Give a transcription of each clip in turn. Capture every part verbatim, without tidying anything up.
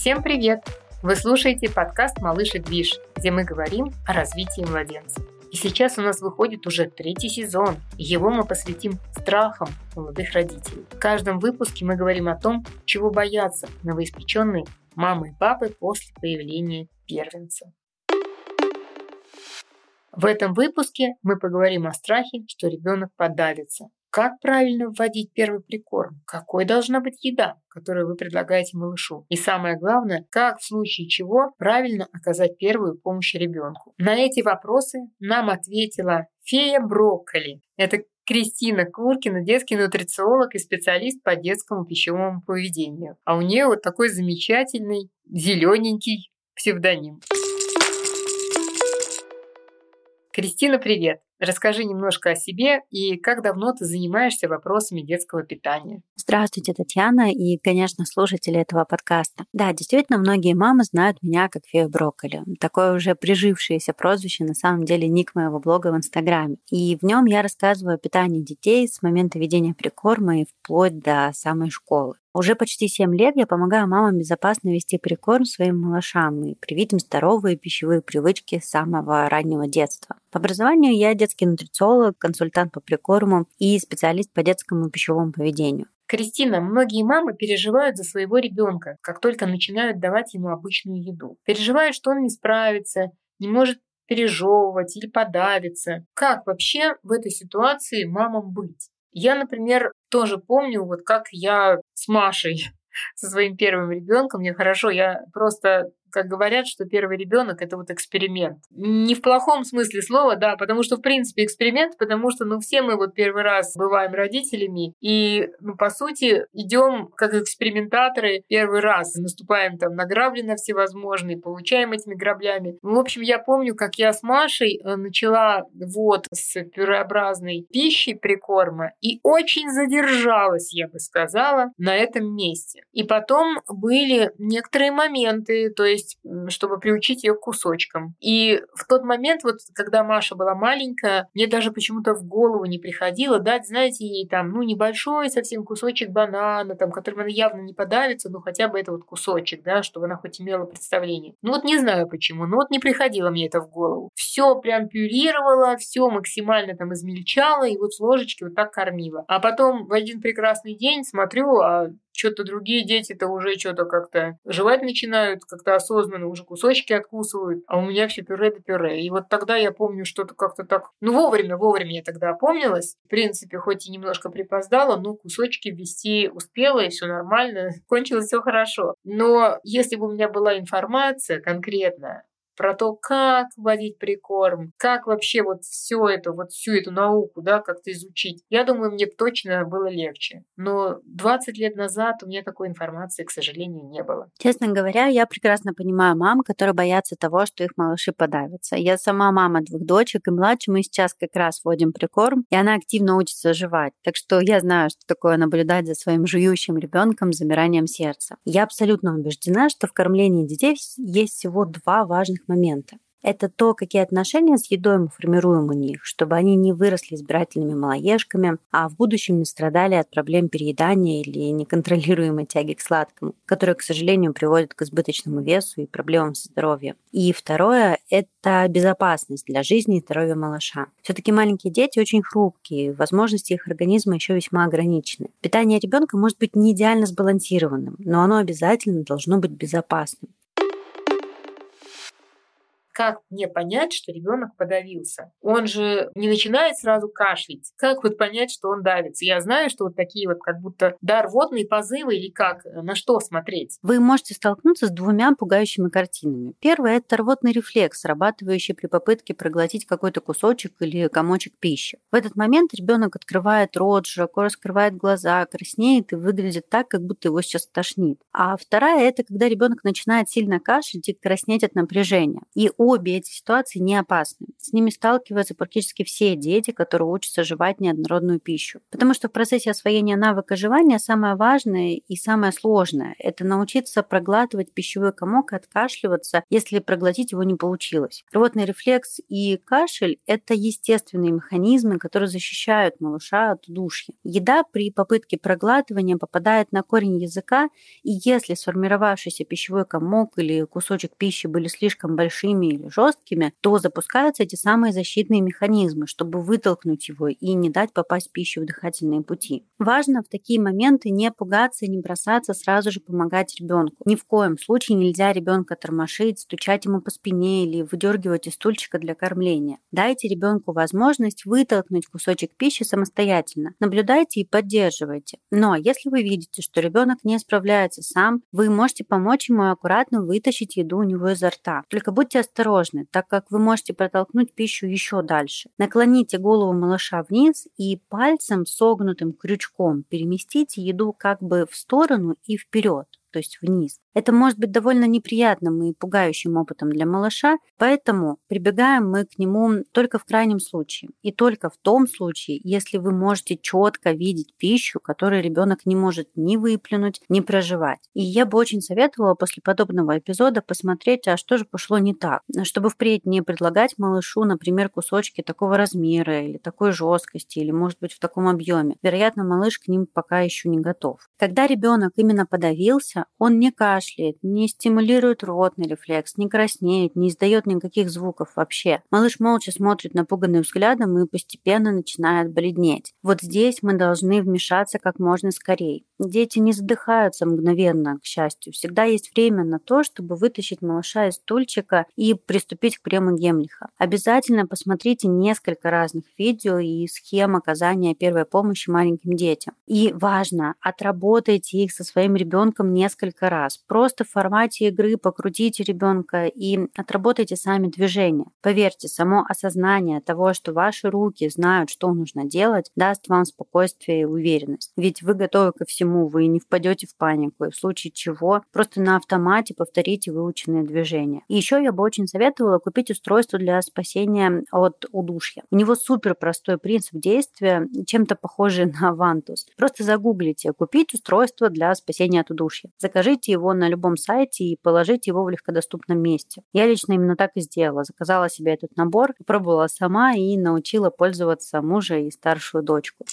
Всем привет! Вы слушаете подкаст «Малыш и движ», где мы говорим о развитии младенца. И сейчас у нас выходит уже третий сезон, и его мы посвятим страхам молодых родителей. В каждом выпуске мы говорим о том, чего боятся новоиспеченные мамы и папы после появления первенца. В этом выпуске мы поговорим о страхе, что ребенок подавится. Как правильно вводить первый прикорм? Какой должна быть еда, которую вы предлагаете малышу? И самое главное, как в случае чего правильно оказать первую помощь ребенку? На эти вопросы нам ответила фея брокколи. Это Кристина Куркина, детский нутрициолог и специалист по детскому пищевому поведению. А у нее вот такой замечательный зелененький псевдоним. Кристина, привет! Расскажи немножко о себе и как давно ты занимаешься вопросами детского питания. Здравствуйте, Татьяна и, конечно, слушатели этого подкаста. Да, действительно, многие мамы знают меня как фею брокколи. Такое уже прижившееся прозвище, на самом деле, ник моего блога в Инстаграме. И в нем я рассказываю о питании детей с момента ведения прикорма и вплоть до самой школы. Уже почти семь лет я помогаю мамам безопасно вести прикорм своим малышам и привить им здоровые пищевые привычки с самого раннего детства. По образованию я детский нутрициолог, консультант по прикорму и специалист по детскому пищевому поведению. Кристина, многие мамы переживают за своего ребенка, как только начинают давать ему обычную еду. Переживают, что он не справится, не может пережевывать или подавиться. Как вообще в этой ситуации мамам быть? Я, например, тоже помню, вот как я с Машей, со своим первым ребенком, мне хорошо, я просто, как говорят, что первый ребенок это вот эксперимент. Не в плохом смысле слова, да, потому что, в принципе, эксперимент, потому что, ну, все мы вот первый раз бываем родителями, и, ну, по сути, идем как экспериментаторы первый раз, наступаем там на грабли на всевозможные, получаем этими граблями. В общем, я помню, как я с Машей начала вот с пюреобразной пищей прикорма и очень задержалась, я бы сказала, на этом месте. И потом были некоторые моменты, то есть чтобы приучить ее к кусочкам. И в тот момент, вот когда Маша была маленькая, мне даже почему-то в голову не приходило дать, знаете, ей там, ну, небольшой совсем кусочек банана, там, которым она явно не подавится, но хотя бы это вот кусочек, да, чтобы она хоть имела представление. Ну вот не знаю почему, но вот не приходило мне это в голову. Все прям пюрировала, все максимально там измельчала и вот с ложечки вот так кормила. А потом в один прекрасный день смотрю, а что-то другие дети-то уже что-то как-то жевать начинают, как-то осознанно уже кусочки откусывают, а у меня все пюре да пюре. И вот тогда я помню что-то как-то так... Ну, вовремя, вовремя я тогда опомнилась. В принципе, хоть и немножко припоздала, но кусочки ввести успела, и все нормально. Кончилось все хорошо. Но если бы у меня была информация конкретная про то, как вводить прикорм, как вообще вот все это, вот всю эту науку, да, как-то изучить, я думаю, мне точно было легче. Но двадцать лет назад у меня такой информации, к сожалению, не было. Честно говоря, я прекрасно понимаю мам, которые боятся того, что их малыши подавятся. Я сама мама двух дочек, и младшей мы сейчас как раз вводим прикорм, и она активно учится жевать. Так что я знаю, что такое наблюдать за своим жующим ребенком с замиранием сердца. Я абсолютно убеждена, что в кормлении детей есть всего два важных момента. Это то, какие отношения с едой мы формируем у них, чтобы они не выросли избирательными малоежками, а в будущем не страдали от проблем переедания или неконтролируемой тяги к сладкому, которые, к сожалению, приводят к избыточному весу и проблемам со здоровьем. И второе – это безопасность для жизни и здоровья малыша. Все-таки маленькие дети очень хрупкие, возможности их организма еще весьма ограничены. Питание ребенка может быть не идеально сбалансированным, но оно обязательно должно быть безопасным. Как мне понять, что ребенок подавился? Он же не начинает сразу кашлять. Как вот понять, что он давится? Я знаю, что вот такие вот как будто да, рвотные позывы или как? На что смотреть? Вы можете столкнуться с двумя пугающими картинами. Первое – это рвотный рефлекс, срабатывающий при попытке проглотить какой-то кусочек или комочек пищи. В этот момент ребенок открывает рот, широко раскрывает глаза, краснеет и выглядит так, как будто его сейчас тошнит. А вторая – это когда ребенок начинает сильно кашлять и краснеть от напряжения. И обе эти ситуации не опасны. С ними сталкиваются практически все дети, которые учатся жевать неоднородную пищу. Потому что в процессе освоения навыка жевания самое важное и самое сложное – это научиться проглатывать пищевой комок и откашливаться, если проглотить его не получилось. Рвотный рефлекс и кашель – это естественные механизмы, которые защищают малыша от удушья. Еда при попытке проглатывания попадает на корень языка, и если сформировавшийся пищевой комок или кусочек пищи были слишком большими или жесткими, то запускаются эти самые защитные механизмы, чтобы вытолкнуть его и не дать попасть пищу в дыхательные пути. Важно в такие моменты не пугаться и не бросаться сразу же помогать ребенку. Ни в коем случае нельзя ребенка тормошить, стучать ему по спине или выдергивать из стульчика для кормления. Дайте ребенку возможность вытолкнуть кусочек пищи самостоятельно. Наблюдайте и поддерживайте. Но если вы видите, что ребенок не справляется сам, вы можете помочь ему аккуратно вытащить еду у него изо рта. Только будьте осторожны, так как вы можете протолкнуть пищу еще дальше. Наклоните голову малыша вниз и пальцем, согнутым крючком, переместите еду как бы в сторону и вперед, то есть вниз. Это может быть довольно неприятным и пугающим опытом для малыша, поэтому прибегаем мы к нему только в крайнем случае. И только в том случае, если вы можете четко видеть пищу, которую ребенок не может ни выплюнуть, ни прожевать. И я бы очень советовала после подобного эпизода посмотреть, а что же пошло не так, чтобы впредь не предлагать малышу, например, кусочки такого размера или такой жесткости, или, может быть, в таком объеме. Вероятно, малыш к ним пока еще не готов. Когда ребенок именно подавился, он не кашляет, не стимулирует рвотный рефлекс, не краснеет, не издает никаких звуков вообще. Малыш молча смотрит напуганным взглядом и постепенно начинает бледнеть. Вот здесь мы должны вмешаться как можно скорее. Дети не задыхаются мгновенно, к счастью. Всегда есть время на то, чтобы вытащить малыша из стульчика и приступить к приему Гемлиха. Обязательно посмотрите несколько разных видео и схем оказания первой помощи маленьким детям. И важно, отработайте их со своим ребенком несколько раз. Просто в формате игры покрутите ребенка и отработайте сами движения. Поверьте, само осознание того, что ваши руки знают, что нужно делать, даст вам спокойствие и уверенность. Ведь вы готовы ко всему, вы не впадете в панику, и в случае чего просто на автомате повторите выученные движения. И еще я бы очень советовала купить устройство для спасения от удушья. У него супер простой принцип действия, чем-то похожий на Вантус. Просто загуглите «Купить устройство для спасения от удушья». Закажите его на любом сайте и положите его в легкодоступном месте. Я лично именно так и сделала. Заказала себе этот набор, пробовала сама и научила пользоваться мужа и старшую дочку.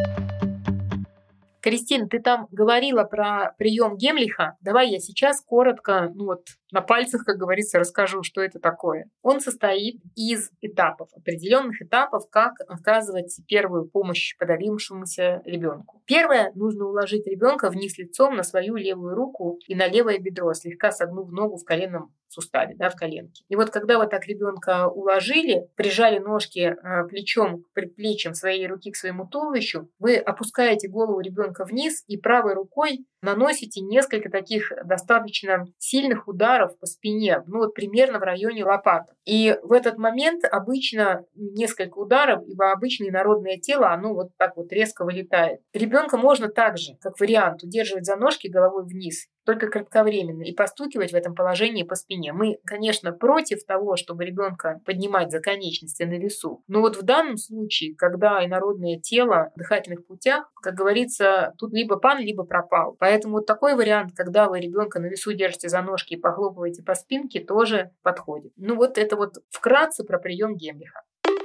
Кристин, ты там говорила про прием Гемлиха. Давай я сейчас коротко, ну вот на пальцах, как говорится, расскажу, что это такое. Он состоит из этапов, определенных этапов, как оказывать первую помощь подавившемуся ребенку. Первое, нужно уложить ребенка вниз лицом на свою левую руку и на левое бедро, слегка согнув ногу в коленном суставе, да, в коленке. И вот когда вы так ребенка уложили, прижали ножки плечом к предплечьям своей руки к своему туловищу, вы опускаете голову ребенка вниз и правой рукой наносите несколько таких достаточно сильных ударов по спине, ну вот примерно в районе лопаток. И в этот момент обычно несколько ударов, ибо обычное народное тело, оно вот так вот резко вылетает. Ребенка можно также, как вариант, удерживать за ножки головой вниз, только кратковременно, и постукивать в этом положении по спине. Мы, конечно, против того, чтобы ребенка поднимать за конечности на весу. Но вот в данном случае, когда инородное тело в дыхательных путях, как говорится, тут либо пан, либо пропал. Поэтому вот такой вариант, когда вы ребенка на весу держите за ножки и похлопываете по спинке, тоже подходит. Ну вот это вот вкратце про прием Гемлиха.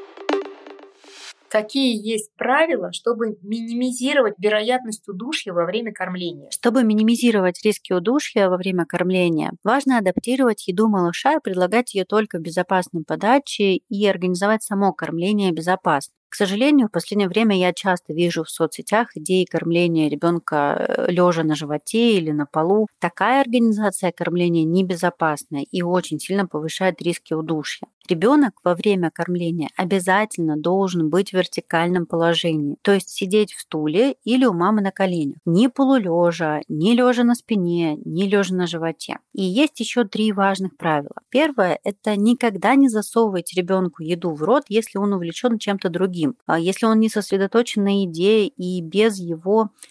Какие есть правила, чтобы минимизировать вероятность удушья во время кормления? Чтобы минимизировать риски удушья во время кормления, важно адаптировать еду малыша и предлагать ее только в безопасной подаче и организовать само кормление безопасно. К сожалению, в последнее время я часто вижу в соцсетях идеи кормления ребенка лежа на животе или на полу. Такая организация кормления небезопасна и очень сильно повышает риски удушья. Ребенок во время кормления обязательно должен быть в вертикальном положении, то есть сидеть в стуле или у мамы на коленях. Ни полулежа, ни лежа на спине, ни лежа на животе. И есть еще три важных правила. Первое – это никогда не засовывать ребенку еду в рот, если он увлечен чем-то другим. Если он не сосредоточен на еде и без его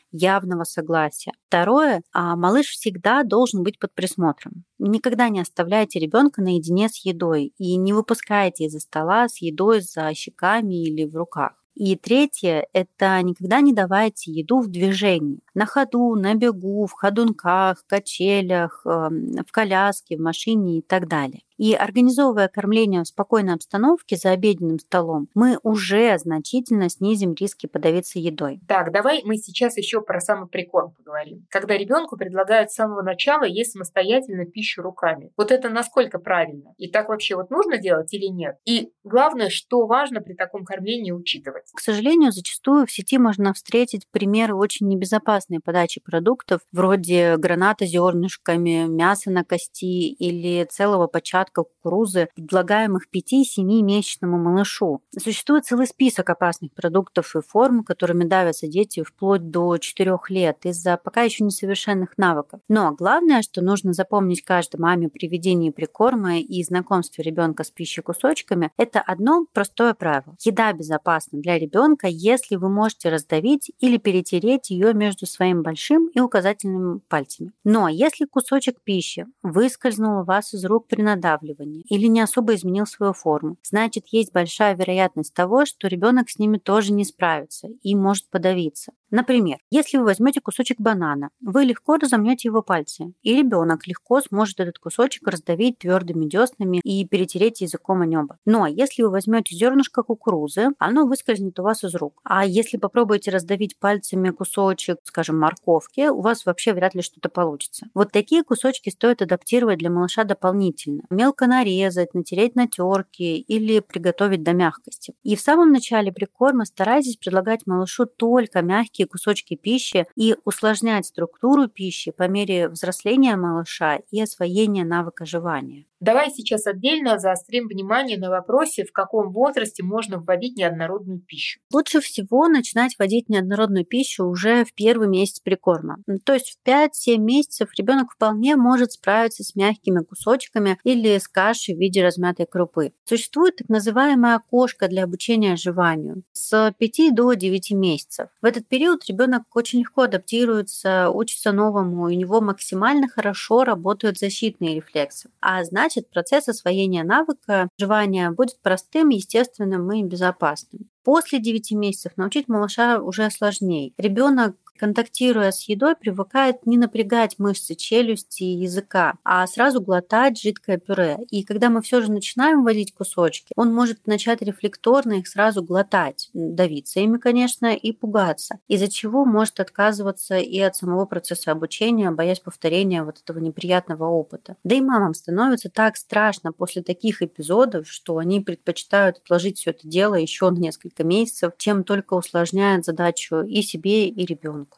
явного согласия. Второе, малыш всегда должен быть под присмотром. Никогда не оставляйте ребенка наедине с едой и не выпускайте из-за стола с едой за щеками или в руках. И третье – это никогда не давайте еду в движении. На ходу, на бегу, в ходунках, качелях, в коляске, в машине и так далее. И организовывая кормление в спокойной обстановке за обеденным столом, мы уже значительно снизим риски подавиться едой. Так, давай мы сейчас еще про самоприкорм поговорим. Когда ребенку предлагают с самого начала есть самостоятельно пищу руками. Вот это насколько правильно? И так вообще вот нужно делать или нет? И главное, что важно при таком кормлении учитывать? К сожалению, зачастую в сети можно встретить примеры очень небезопасной подачи продуктов, вроде граната с зернышками, мяса на кости или целого початка кукурузы, предлагаемых пяти-семимесячному малышу. Существует целый список опасных продуктов и форм, которыми давятся дети вплоть до четырёх лет из-за пока еще несовершенных навыков. Но главное, что нужно запомнить каждой маме при ведении прикорма и знакомстве ребенка с пищей кусочками, это одно простое правило. Еда безопасна для ребенка, если вы можете раздавить или перетереть ее между своим большим и указательным пальцами. Но если кусочек пищи выскользнул у вас из рук при надавливании или не особо изменил свою форму, значит, есть большая вероятность того, что ребенок с ними тоже не справится и может подавиться. Например, если вы возьмете кусочек банана, вы легко разомнете его пальцы, и ребенок легко сможет этот кусочек раздавить твердыми деснами и перетереть языком о небо. Но если вы возьмете зернышко кукурузы, оно выскользнет у вас из рук. А если попробуете раздавить пальцами кусочек, скажем, морковки, у вас вообще вряд ли что-то получится. Вот такие кусочки стоит адаптировать для малыша дополнительно. Мелко нарезать, натереть на терке или приготовить до мягкости. И в самом начале прикорма старайтесь предлагать малышу только мягкие кусочки пищи и усложнять структуру пищи по мере взросления малыша и освоения навыка жевания. Давай сейчас отдельно заострим внимание на вопросе, в каком возрасте можно вводить неоднородную пищу. Лучше всего начинать вводить неоднородную пищу уже в первый месяц прикорма. То есть в пять-семь месяцев ребенок вполне может справиться с мягкими кусочками или с кашей в виде размятой крупы. Существует так называемое окошко для обучения жеванию с пяти до девяти месяцев. В этот период ребенок очень легко адаптируется, учится новому, и у него максимально хорошо работают защитные рефлексы. А значит, Значит, процесс освоения навыка жевания будет простым, естественным и безопасным. После девяти месяцев научить малыша уже сложнее. Ребенок, контактируя с едой, привыкает не напрягать мышцы челюсти и языка, а сразу глотать жидкое пюре. И когда мы все же начинаем вводить кусочки, он может начать рефлекторно их сразу глотать, давиться ими, конечно, и пугаться, из-за чего может отказываться и от самого процесса обучения, боясь повторения вот этого неприятного опыта. Да и мамам становится так страшно после таких эпизодов, что они предпочитают отложить все это дело еще на несколько месяцев, чем только усложняет задачу и себе, и ребенку.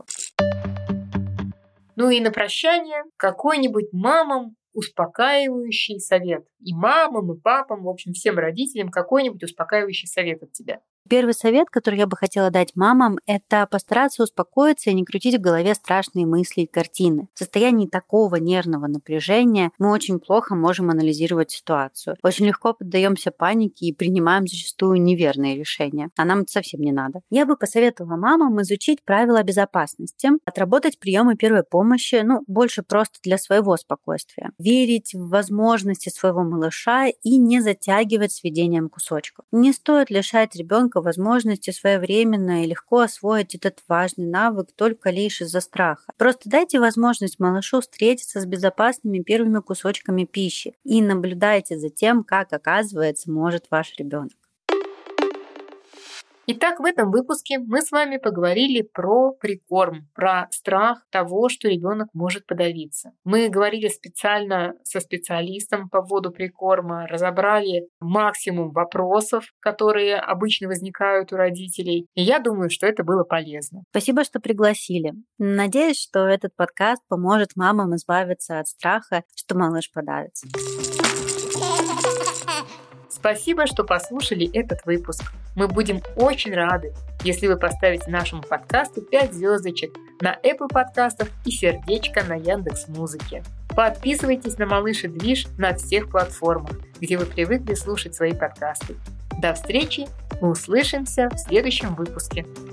Ну и на прощание какой-нибудь мамам успокаивающий совет. И мамам, и папам, в общем, всем родителям какой-нибудь успокаивающий совет от тебя. Первый совет, который я бы хотела дать мамам, это постараться успокоиться и не крутить в голове страшные мысли и картины. В состоянии такого нервного напряжения мы очень плохо можем анализировать ситуацию. Очень легко поддаемся панике и принимаем зачастую неверные решения. А нам это совсем не надо. Я бы посоветовала мамам изучить правила безопасности, отработать приемы первой помощи, ну, больше просто для своего спокойствия. Верить в возможности своего малыша и не затягивать с ведением кусочков. Не стоит лишать ребенка возможности своевременно и легко освоить этот важный навык только лишь из-за страха. Просто дайте возможность малышу встретиться с безопасными первыми кусочками пищи и наблюдайте за тем, как, оказывается, может ваш ребенок. Итак, в этом выпуске мы с вами поговорили про прикорм, про страх того, что ребенок может подавиться. Мы говорили специально со специалистом по вводу прикорма, разобрали максимум вопросов, которые обычно возникают у родителей. И я думаю, что это было полезно. Спасибо, что пригласили. Надеюсь, что этот подкаст поможет мамам избавиться от страха, что малыш подавится. Спасибо, что послушали этот выпуск. Мы будем очень рады, если вы поставите нашему подкасту пять звездочек на Apple подкастах и сердечко на Яндекс.Музыке. Подписывайтесь на Малыш и Движ на всех платформах, где вы привыкли слушать свои подкасты. До встречи, мы услышимся в следующем выпуске.